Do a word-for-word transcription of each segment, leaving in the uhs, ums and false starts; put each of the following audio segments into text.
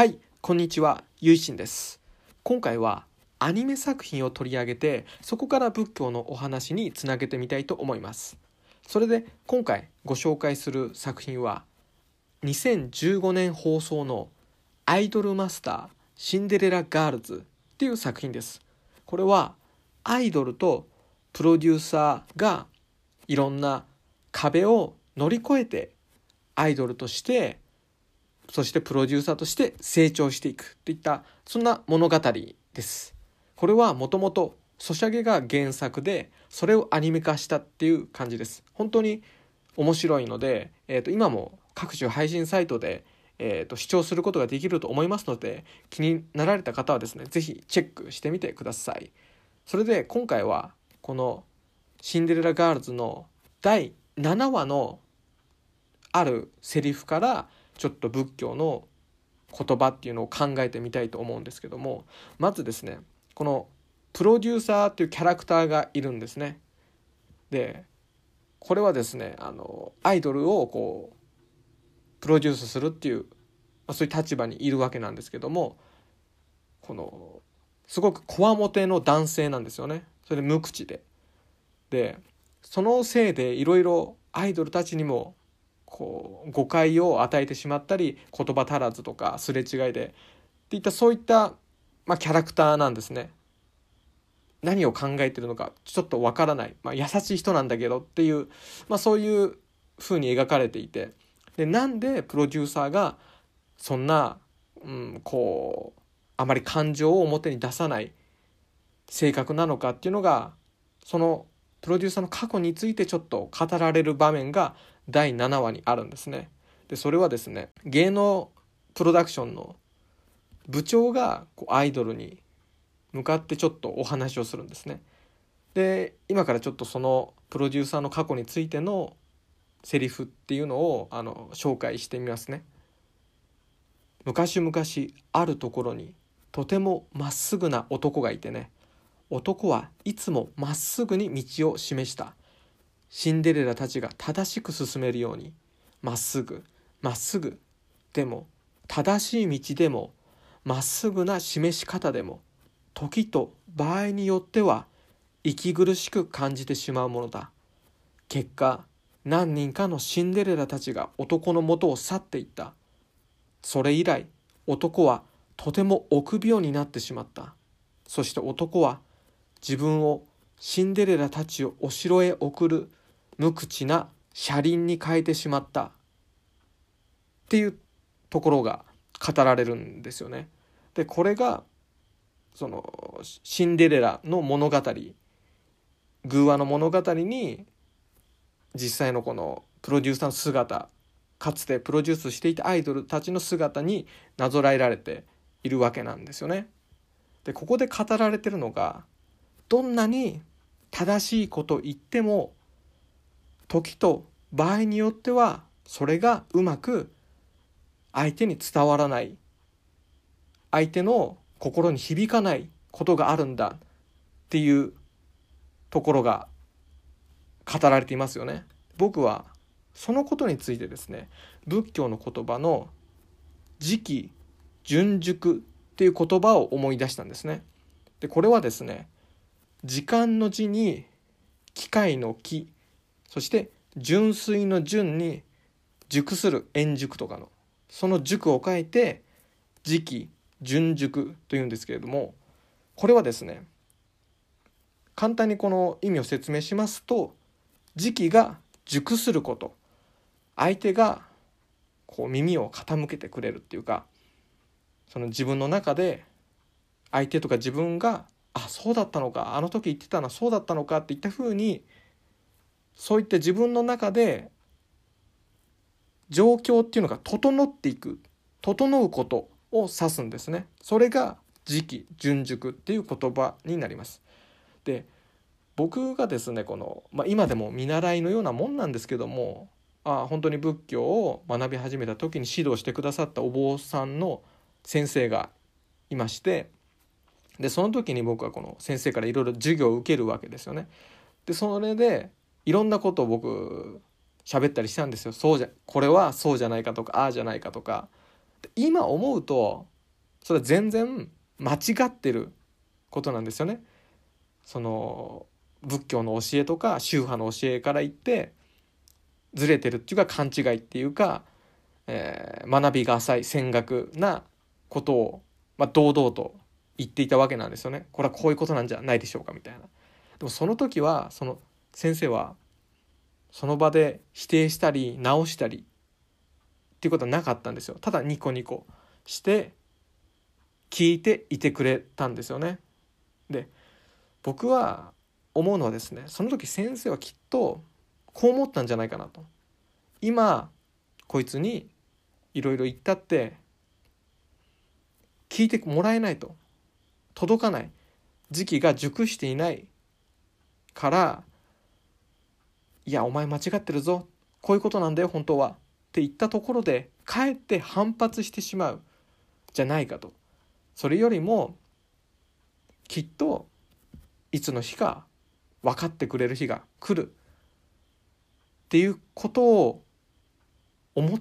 はい、こんにちは、ゆいしんです。今回はアニメ作品を取り上げて、そこから仏教のお話につなげてみたいと思います。それで今回ご紹介する作品は、にせんじゅうごねん放送のアイドルマスターシンデレラガールズっていう作品です。これはアイドルとプロデューサーがいろんな壁を乗り越えてアイドルとしてそしてプロデューサーとして成長していくといったそんな物語です。これはもともとソシャゲが原作でそれをアニメ化したっていう感じです。本当に面白いので、えー、と今も各種配信サイトで、えー、と視聴することができると思いますので、気になられた方はですね、ぜひチェックしてみてください。それで今回はこのシンデレラガールズのだいななわのあるセリフからちょっと仏教の言葉っていうのを考えてみたいと思うんですけども、まずですね、このプロデューサーっていうキャラクターがいるんですね。でこれはですね、あのアイドルをこうプロデュースするっていう、まあ、そういう立場にいるわけなんですけども、このすごくこわもての男性なんですよね。それで無口ででそのせいでいろいろアイドルたちにもこう誤解を与えてしまったり、言葉足らずとかすれ違いでっていったそういった、まあ、キャラクターなんですね。何を考えてるのかちょっとわからない、まあ、優しい人なんだけどっていう、まあ、そういう風に描かれていて、でなんでプロデューサーがそんな、うん、こうあまり感情を表に出さない性格なのかっていうのが、そのプロデューサーの過去についてちょっと語られる場面がだいななわにあるんですね。でそれはですね、芸能プロダクションの部長がこうアイドルに向かってちょっとお話をするんですね。で今からちょっとそのプロデューサーの過去についてのセリフっていうのをあの紹介してみますね。昔々あるところにとてもまっすぐな男がいてね、男はいつもまっすぐに道を示した。シンデレラたちが正しく進めるように、まっすぐまっすぐでも正しい道でもまっすぐな示し方でも時と場合によっては息苦しく感じてしまうものだ。結果何人かのシンデレラたちが男のもとを去っていった。それ以来男はとても臆病になってしまった。そして男は自分をシンデレラたちをお城へ送る無口な車輪に変えてしまったっていうところが語られるんですよね。でこれがそのシンデレラの物語、偶話の物語に実際のこのプロデューサーの姿、かつてプロデュースしていたアイドルたちの姿になぞらえられているわけなんですよね。でここで語られてるのが、どんなに正しいことを言っても時と場合によってはそれがうまく相手に伝わらない、相手の心に響かないことがあるんだっていうところが語られていますよね。僕はそのことについてですね、仏教の言葉の時期純熟っていう言葉を思い出したんですね。でこれはですね、時間の字に機械の機、そして純粋の純に熟する円熟とかのその熟を書いて時期純熟というんですけれども、これはですね、簡単にこの意味を説明しますと、時期が熟すること、相手がこう耳を傾けてくれるっていうか、その自分の中で相手とか自分が、あ、そうだったのか、あの時言ってたのはそうだったのかっていった風に、そういった自分の中で状況っていうのが整っていく、整うことを指すんですね。それが時期純熟っていう言葉になります。で僕がですね、この、まあ、今でも見習いのようなもんなんですけども、あ本当に仏教を学び始めた時に指導してくださったお坊さんの先生がいまして、でその時に僕はこの先生からいろいろ授業を受けるわけですよね。でそれでいろんなことを僕喋ったりしたんですよ。そうじゃこれはそうじゃないかとか、ああじゃないかとか。今思うとそれは全然間違ってることなんですよね。その仏教の教えとか宗派の教えから言ってずれてるっていうか勘違いっていうか、えー学びが浅い浅学なことを、まあ、堂々と言っていたわけなんですよね。これはこういうことなんじゃないでしょうかみたいな。でもその時はその先生はその場で否定したり直したりっていうことはなかったんですよ。ただニコニコして聞いていてくれたんですよね。で、僕は思うのはですね、その時先生はきっとこう思ったんじゃないかなと。今こいつにいろいろ言ったって聞いてもらえないと、届かない、時期が熟していないから、いやお前間違ってるぞ、こういうことなんだよ本当はって言ったところでかえって反発してしまうじゃないかと。それよりもきっといつの日か分かってくれる日が来るっていうことを思って、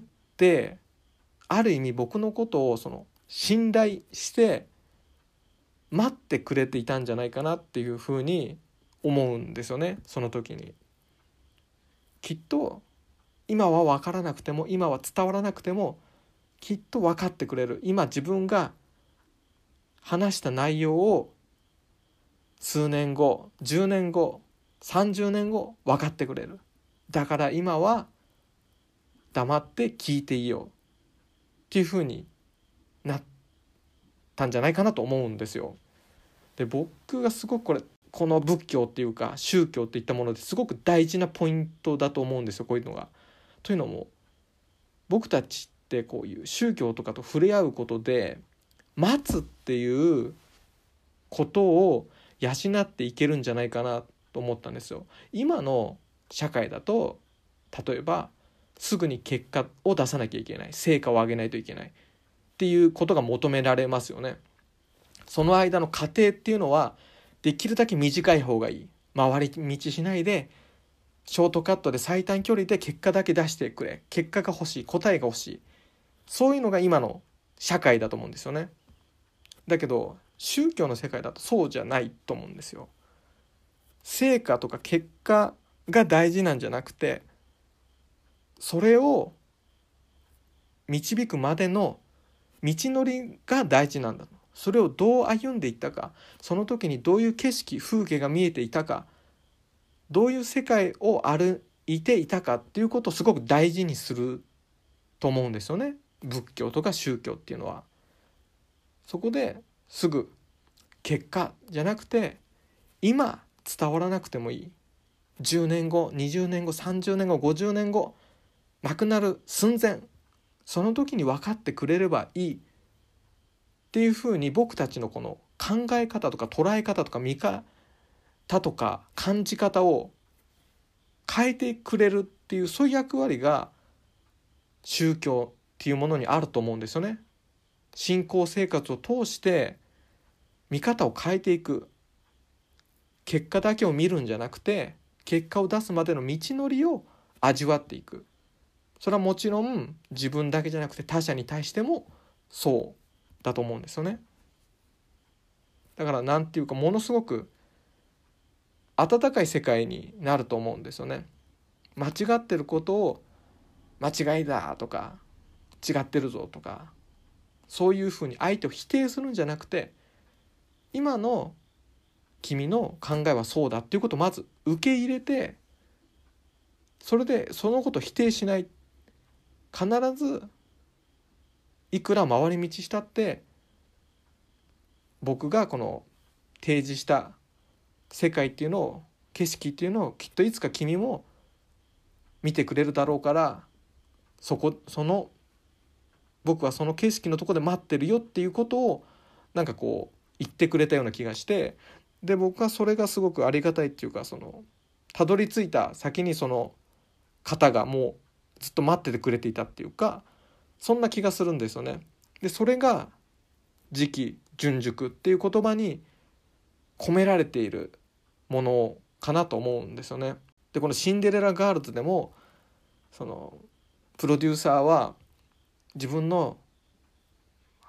ある意味僕のことをその信頼して待ってくれていたんじゃないかなっていうふうに思うんですよね。その時にきっと今は分からなくても、今は伝わらなくてもきっと分かってくれる。今自分が話した内容を数年後、じゅうねんご、さんじゅうねんご分かってくれる。だから今は黙って聞いていようっていうふうになったんじゃないかなと思うんですよ。で、僕がすごくこれこの仏教っていうか宗教っていったものですごく大事なポイントだと思うんですよ、こういうのが。というのも僕たちってこういう宗教とかと触れ合うことで待つっていうことを養っていけるんじゃないかなと思ったんですよ。今の社会だと例えばすぐに結果を出さなきゃいけない、成果を上げないといけないっていうことが求められますよね。その間の過程っていうのはできるだけ短い方がいい。回り道しないでショートカットで最短距離で結果だけ出してくれ、結果が欲しい、答えが欲しい、そういうのが今の社会だと思うんですよね。だけど宗教の世界だとそうじゃないと思うんですよ。成果とか結果が大事なんじゃなくて、それを導くまでの道のりが大事なんだ。それをどう歩んでいったか、その時にどういう景色風景が見えていたか、どういう世界を歩いていたかっていうことをすごく大事にすると思うんですよね、仏教とか宗教っていうのは。そこですぐ結果じゃなくて、今伝わらなくてもいい、じゅうねんご、にじゅうねんご、さんじゅうねんご、ごじゅうねんご、亡くなる寸前、その時に分かってくれればいいっていうふうに、僕たちのこの考え方とか捉え方とか見方とか感じ方を変えてくれるっていう、そういう役割が宗教っていうものにあると思うんですよね。信仰生活を通して見方を変えていく、結果だけを見るんじゃなくて結果を出すまでの道のりを味わっていく。それはもちろん自分だけじゃなくて他者に対してもそうだと思うんですよね。だからなんていうか、ものすごく温かい世界になると思うんですよね。間違ってることを間違いだとか違ってるぞとか、そういうふうに相手を否定するんじゃなくて、今の君の考えはそうだっていうことをまず受け入れて、それでそのことを否定しない。必ずいくら回り道したって僕がこの提示した世界っていうのを、景色っていうのをきっといつか君も見てくれるだろうから、そこその僕はその景色のところで待ってるよっていうことをなんかこう言ってくれたような気がして、で僕はそれがすごくありがたいっていうか、そのたどり着いた先にその方がもうずっと待っててくれていたっていうか、そんな気がするんですよね。でそれが時期純熟っていう言葉に込められているものかなと思うんですよね。でこのシンデレラガールズでもそのプロデューサーは自分の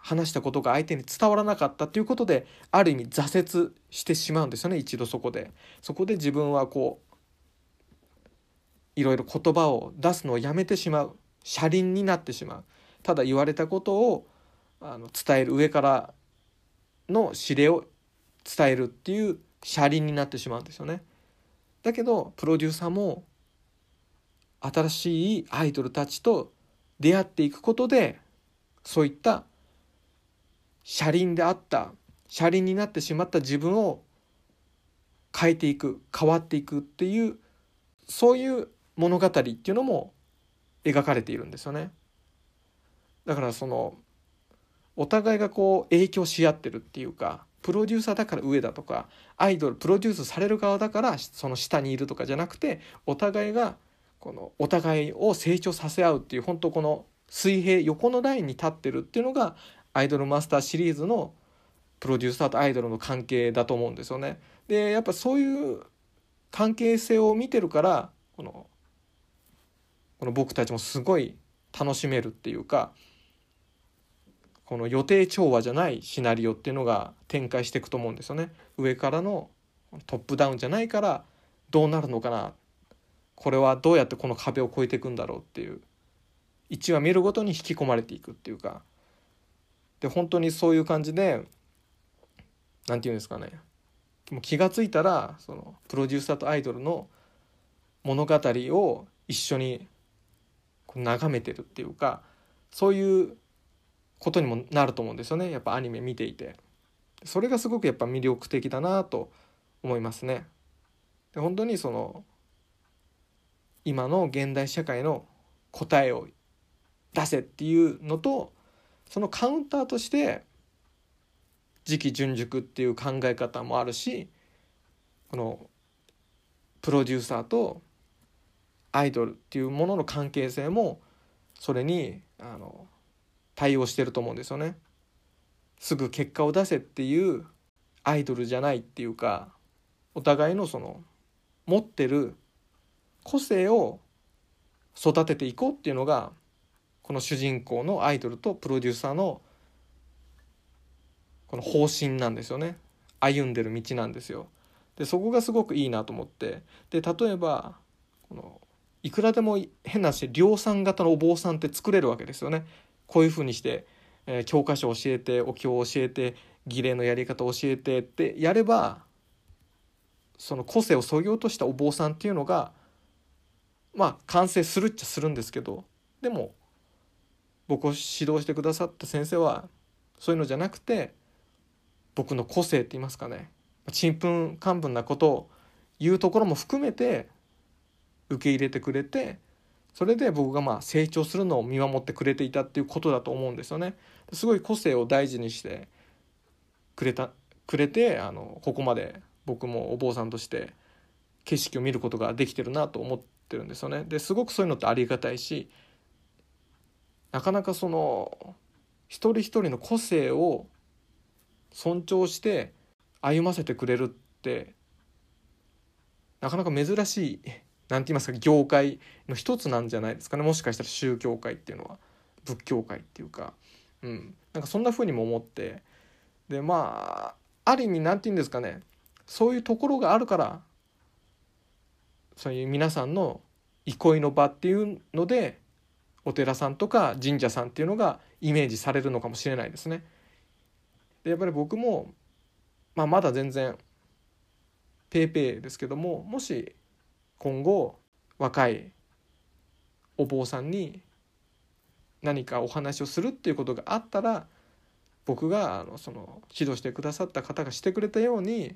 話したことが相手に伝わらなかったということで、ある意味挫折してしまうんですよね。一度そこでそこで自分はこういろいろ言葉を出すのをやめてしまう、車輪になってしまう。ただ言われたことをあの伝える、上からの指令を伝えるっていう車輪になってしまうんですよね。だけどプロデューサーも新しいアイドルたちと出会っていくことで、そういった車輪であった車輪になってしまった自分を変えていく、変わっていくっていう、そういう物語っていうのも描かれているんですよね。だからそのお互いがこう影響し合ってるっていうか、プロデューサーだから上だとか、アイドルプロデュースされる側だからその下にいるとかじゃなくて、お互いがこのお互いを成長させ合うっていう、本当この水平横のラインに立ってるっていうのがアイドルマスターシリーズのプロデューサーとアイドルの関係だと思うんですよね。でやっぱそういう関係性を見てるから、このこの僕たちもすごい楽しめるっていうか、この予定調和じゃないシナリオっていうのが展開していくと思うんですよね。上からのトップダウンじゃないからどうなるのかな、これはどうやってこの壁を越えていくんだろうっていう、いちわ見るごとに引き込まれていくっていうか、で本当にそういう感じで、なんていうんですかね、もう気がついたらそのプロデューサーとアイドルの物語を一緒に眺めてるっていうか、そういうことにもなると思うんですよね。やっぱアニメ見ていて、それがすごくやっぱ魅力的だなと思いますね。で本当にその今の現代社会の答えを出せっていうのと、そのカウンターとして時期純熟っていう考え方もあるし、このプロデューサーとアイドルっていうものの関係性もそれにあの対応してると思うんですよね。すぐ結果を出せっていうアイドルじゃないっていうか、お互いのその持ってる個性を育てていこうっていうのが、この主人公のアイドルとプロデューサーのこの方針なんですよね。歩んでる道なんですよ。でそこがすごくいいなと思って、で例えばこのいくらでも変な話、量産型のお坊さんって作れるわけですよね。こういうふうにして、えー、教科書を教えて、お経を教えて、儀礼のやり方を教えてってやれば、その個性をそぎ落としたお坊さんっていうのがまあ完成するっちゃするんですけど、でも僕を指導してくださった先生はそういうのじゃなくて、僕の個性って言いますかね、ちんぷんかんぷんなことを言うところも含めて受け入れてくれて、それで僕がまあ成長するのを見守ってくれていたっていうことだと思うんですよね。すごい個性を大事にしてくれたくれてあのここまで僕もお坊さんとして景色を見ることができてるなと思ってるんですよね。ですごくそういうのってありがたいし、なかなかその一人一人の個性を尊重して歩ませてくれるってなかなか珍しい、なんて言いますか、業界の一つなんじゃないですかね。もしかしたら宗教界っていうのは、仏教界っていうか、うん、なんかそんな風にも思って、でまあある意味なんて言うんですかね、そういうところがあるからそういう皆さんの憩いの場っていうのでお寺さんとか神社さんっていうのがイメージされるのかもしれないですね。でやっぱり僕も、まあ、まだ全然ペーペーですけども、もし今後若いお坊さんに何かお話をするっていうことがあったら、僕があのその指導してくださった方がしてくれたように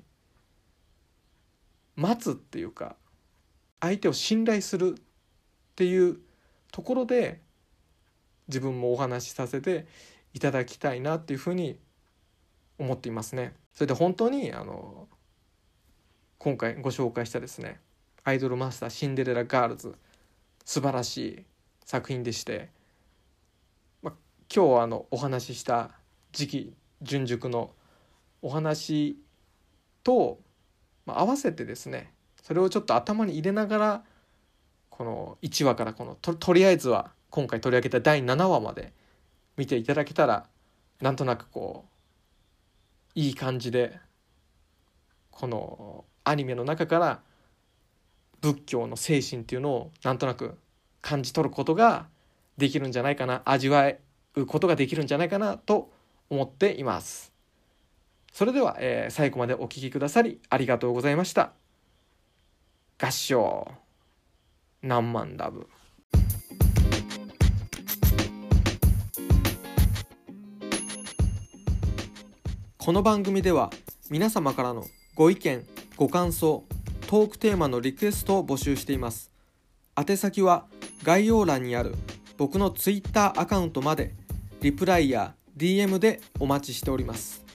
待つっていうか、相手を信頼するっていうところで自分もお話しさせていただきたいなっていうふうに思っていますね。それで本当にあの今回ご紹介したですね、アイドルマスターシンデレラガールズ、素晴らしい作品でして、まあ、今日あのお話しした時期純熟のお話と、まあ、合わせてですね、それをちょっと頭に入れながらこのいちわからこの と, とりあえずは今回取り上げただいななわまで見ていただけたらなんとなくこういい感じでこのアニメの中から仏教の精神っていうのをなんとなく感じ取ることができるんじゃないかな、味わうことができるんじゃないかなと思っています。それでは、えー、最後までお聞きくださりありがとうございました。合唱何万ラブ。この番組では皆様からのご意見ご感想トークテーマのリクエストを募集しています。宛先は概要欄にある僕のツイッターアカウントまでリプライや ディーエム でお待ちしております。